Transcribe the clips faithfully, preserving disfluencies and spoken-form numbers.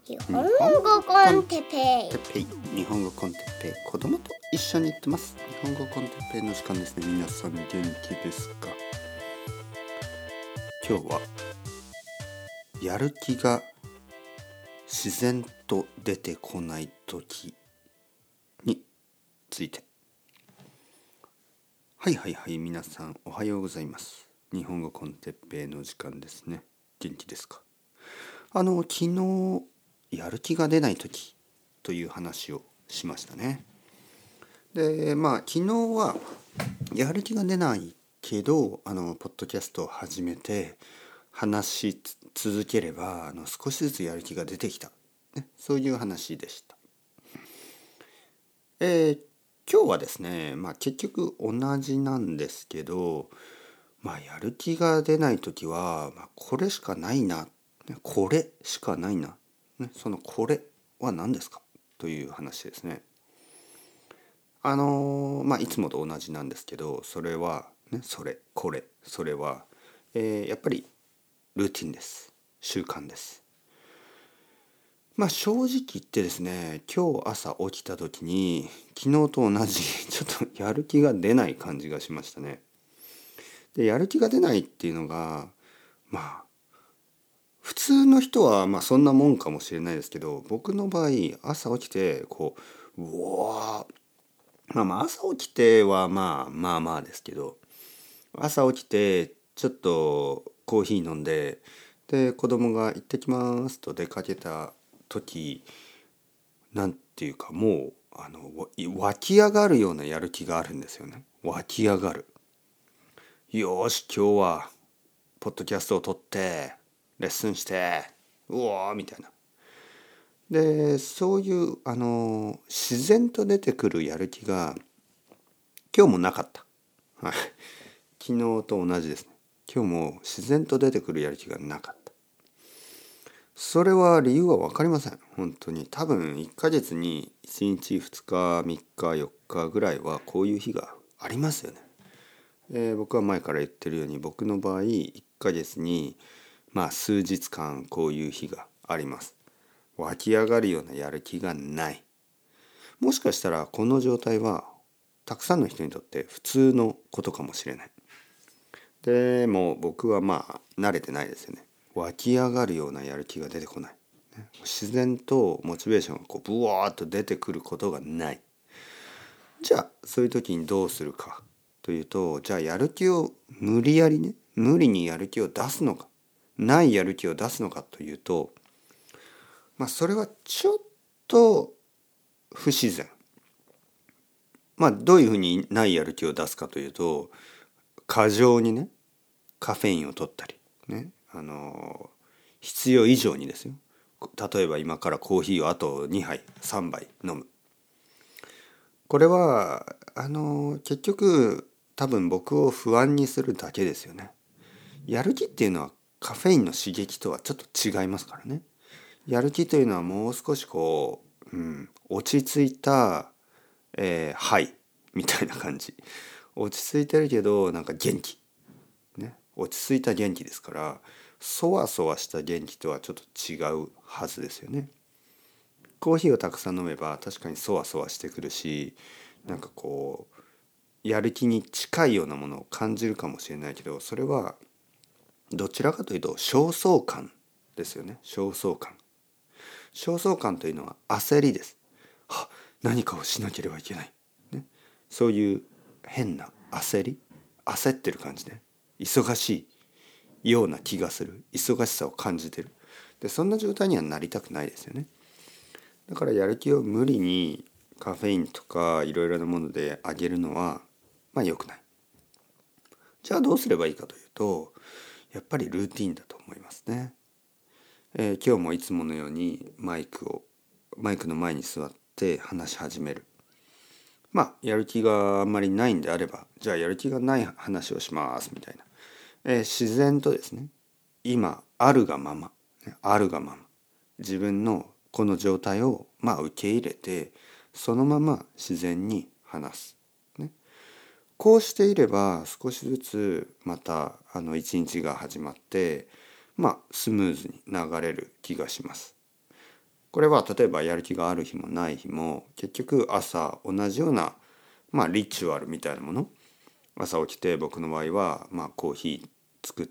日本語コンテッペイ日本語コンテッペイ子供と一緒に行ってます。日本語コンテッペイの時間ですね。皆さん元気ですか？今日はやる気が自然と出てこない時について。はいはいはい、皆さんおはようございます。日本語コンテッペイの時間ですね。元気ですか？あの昨日やる気が出ない時という話をしましたね。でまあ昨日はやる気が出ないけどあのポッドキャストを始めて話し続ければあの少しずつやる気が出てきた、ね、そういう話でした。えー、今日はですね、まあ、結局同じなんですけど、まあ、やる気が出ない時は、まあ、これしかないな、これしかないな、ね、そのこれは何ですかという話ですね。あのー、まあいつもと同じなんですけど、それはね、それこれそれは、えー、やっぱりルーティンです。習慣です。まあ正直言ってですね、今日朝起きた時に昨日と同じちょっとやる気が出ない感じがしましたね。でやる気が出ないっていうのがまあ普通の人はまあそんなもんかもしれないですけど、僕の場合朝起きてこううわーまあまあ朝起きてはまあまあまあですけど、朝起きてちょっとコーヒー飲んで、で子供が行ってきますと出かけた時、なんていうかもうあの湧き上がるようなやる気があるんですよね。湧き上がる。よし今日はポッドキャストを撮ってレッスンしてうおーみたいな。でそういうあの自然と出てくるやる気が今日もなかった。はい。昨日と同じですね。今日も自然と出てくるやる気がなかった。それは理由は分かりません。本当に多分いっかげつにいちにちふつかみっかよっかぐらいはこういう日がありますよね。えー、僕は前から言ってるように僕の場合いっかげつにまあ数日間こういう日があります。湧き上がるようなやる気がない。もしかしたらこの状態はたくさんの人にとって普通のことかもしれない。でも僕はまあ慣れてないですよね。湧き上がるようなやる気が出てこない。自然とモチベーションがこうブワーッと出てくることがない。じゃあそういう時にどうするかというと、じゃあやる気を無理やりね、無理にやる気を出すのか、ないやる気を出すのかというと、まあそれはちょっと不自然。まあどういうふうにないやる気を出すかというと、過剰にねカフェインを取ったりね、あの必要以上にですよ。例えば今からコーヒーをあとにはいさんばい飲む。これはあの結局多分僕を不安にするだけですよね。やる気っていうのはカフェインの刺激とはちょっと違いますからね。やる気というのはもう少しこう、うん、落ち着いた、えー、はいみたいな感じ。落ち着いてるけどなんか元気、ね、落ち着いた元気ですから、そわそわした元気とはちょっと違うはずですよね。コーヒーをたくさん飲めば確かにそわそわしてくるし、なんかこうやる気に近いようなものを感じるかもしれないけど、それはどちらかというと焦燥感ですよね。焦燥感焦燥感というのは焦りです。は何かをしなければいけない、ね、そういう変な焦り、焦ってる感じね。忙しいような気がする、忙しさを感じてる。でそんな状態にはなりたくないですよね。だからやる気を無理にカフェインとかいろいろなもので上げるのはまあ良くない。じゃあどうすればいいかというと、やっぱりルーティンだと思いますね。えー、今日もいつものようにマイクをマイクの前に座って話し始める。まあやる気があんまりないんであれば、じゃあやる気がない話をしますみたいな、えー、自然とですね、今あるがままあるがまま自分のこの状態をまあ受け入れて、そのまま自然に話す、ね、こうしていれば少しずつまたあの一日が始まって、まあスムーズに流れる気がします。 これは例えばやる気がある日もない日も結局朝同じような、まあ、リチュアルみたいなもの。朝起きて僕の場合は、まあ、コーヒー作って、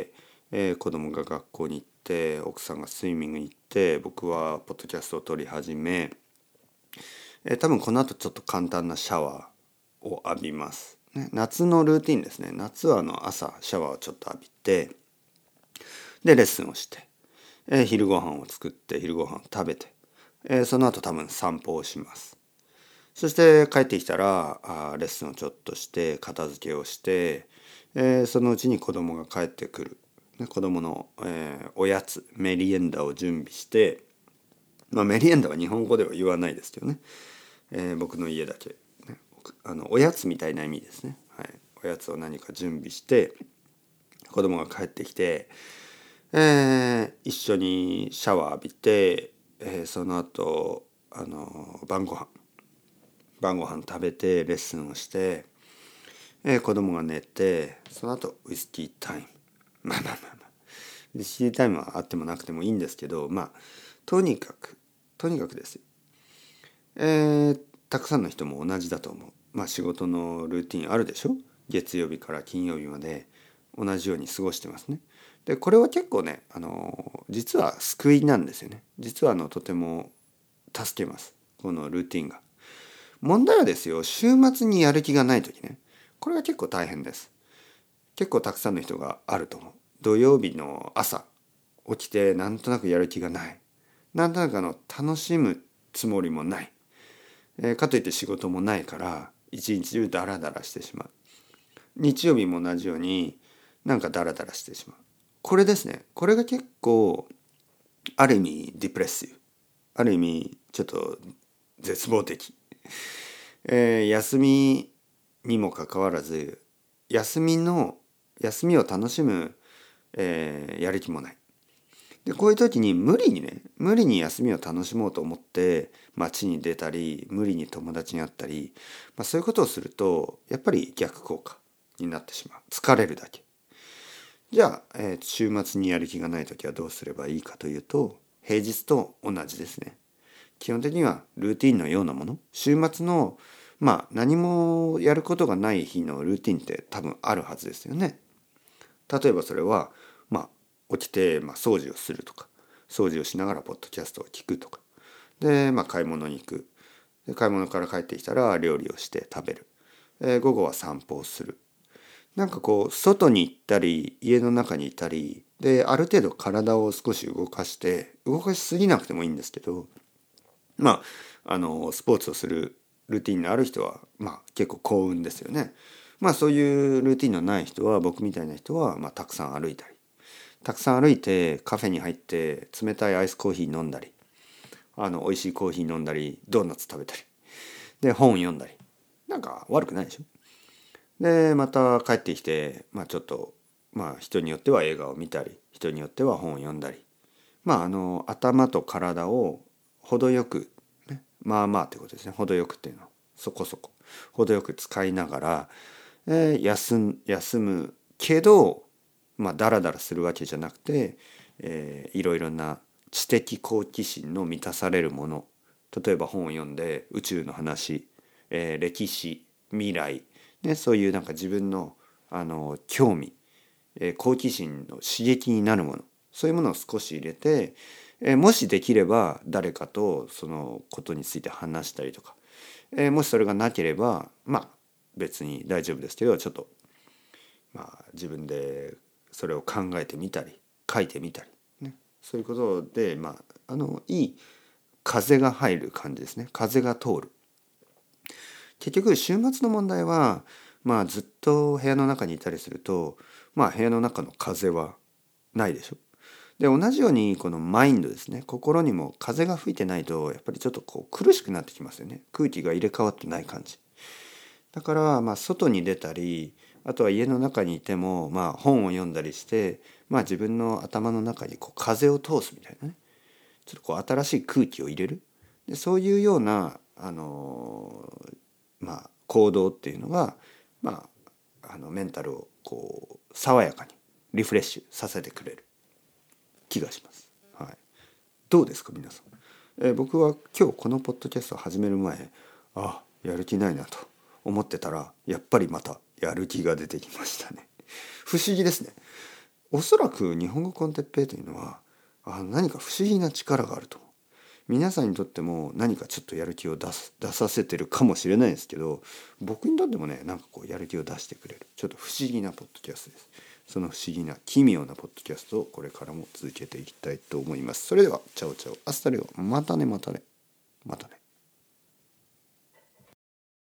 えー、子供が学校に行って奥さんがスイミングに行って僕はポッドキャストを撮り始め、えー、多分この後ちょっと簡単なシャワーを浴びます、ね、夏のルーティンですね。夏はあの朝シャワーをちょっと浴びてでレッスンをして、えー、昼ご飯を作って昼ご飯を食べて、えー、その後多分散歩をします。そして帰ってきたらあレッスンをちょっとして片付けをして、えー、そのうちに子供が帰ってくる。子供の、えー、おやつメリエンダを準備して、まあ、メリエンダは日本語では言わないですけどね、えー、僕の家だけ、ね、あのおやつみたいな意味ですね、はい、おやつを何か準備して子供が帰ってきて、えー、一緒にシャワー浴びて、えー、その後あの晩ご飯晩ご飯食べてレッスンをして、えー、子供が寝てその後ウイスキータイムまあまあまあまあウイスキータイムはあってもなくてもいいんですけど、まあとにかくとにかくですよ、えー、たくさんの人も同じだと思う。まあ仕事のルーティンあるでしょ。月曜日から金曜日まで同じように過ごしてますね。でこれは結構ねあの実は救いなんですよね。実はあのとても助けます、このルーティンが。問題はですよ、週末にやる気がない時ね。これは結構大変です。結構たくさんの人があると思う。土曜日の朝起きてなんとなくやる気がない。なんとなくあの楽しむつもりもない。えー、かといって仕事もないから一日中ダラダラしてしまう。日曜日も同じようになんかダラダラしてしまう。これですね。これが結構ある意味ディプレッシブ。ある意味ちょっと絶望的。えー、休みにもかかわらず休みの休みを楽しむ、えー、やる気もない。でこういう時に無理にね無理に休みを楽しもうと思って街に出たり無理に友達に会ったり、まあ、そういうことをするとやっぱり逆効果になってしまう。疲れるだけ。じゃあ、えー、週末にやる気がない時はどうすればいいかというと平日と同じですね。基本的にはルーティンのようなもの。週末のまあ何もやることがない日のルーティンって多分あるはずですよね。例えばそれはまあ起きて、まあ、掃除をするとか掃除をしながらポッドキャストを聞くとかで、まあ、買い物に行く。で買い物から帰ってきたら料理をして食べる。えー、午後は散歩をする。なんかこう外に行ったり家の中にいたりである程度体を少し動かして動かしすぎなくてもいいんですけど、まああのスポーツをするルーティンのある人はまあ結構幸運ですよね。まあそういうルーティンのない人は僕みたいな人はまあたくさん歩いたりたくさん歩いてカフェに入って冷たいアイスコーヒー飲んだりあの美味しいコーヒー飲んだりドーナツ食べたりで本読んだりなんか悪くないでしょ。でまた帰ってきて、まあ、ちょっとまあ人によっては映画を見たり人によっては本を読んだりまああの頭と体を程よく、ね、まあまあということですね。程よくっていうのはそこそこ程よく使いながら、えー、休ん休むけどまあダラダラするわけじゃなくて、えー、いろいろな知的好奇心の満たされるもの。例えば本を読んで宇宙の話、えー、歴史未来、ね、そういうなんか自分のあの興味、えー、好奇心の刺激になるものそういうものを少し入れて、えー、もしできれば誰かとそのことについて話したりとか、えー、もしそれがなければまあ別に大丈夫ですけどちょっとまあ自分でそれを考えてみたり書いてみたり、ね、そういうことでまああのいい風が入る感じですね。風が通る。結局週末の問題はまあずっと部屋の中にいたりするとまあ部屋の中の風はないでしょ。で同じようにこのマインドですね。心にも風が吹いてないとやっぱりちょっとこう苦しくなってきますよね。空気が入れ替わってない感じ。だからまあ外に出たりあとは家の中にいてもまあ本を読んだりしてまあ自分の頭の中にこう風を通すみたいなね。ちょっとこう新しい空気を入れる。でそういうようなあのまあ行動っていうのがまああのメンタルをこう爽やかにリフレッシュさせてくれる気がします。はい。どうですか皆さん。 えー、僕は今日このポッドキャストを始める前、あやる気ないなと思ってたら、やっぱりまたやる気が出てきましたね。不思議ですね。おそらく日本語コンテッペイというのはあ何か不思議な力があると。皆さんにとっても何かちょっとやる気を出す出させてるかもしれないですけど、僕にとってもねなんかこうやる気を出してくれるちょっと不思議なポッドキャストです。その不思議な奇妙なポッドキャストをこれからも続けていきたいと思います。それではチャオチャオアスタレオ、またねまたねまたね。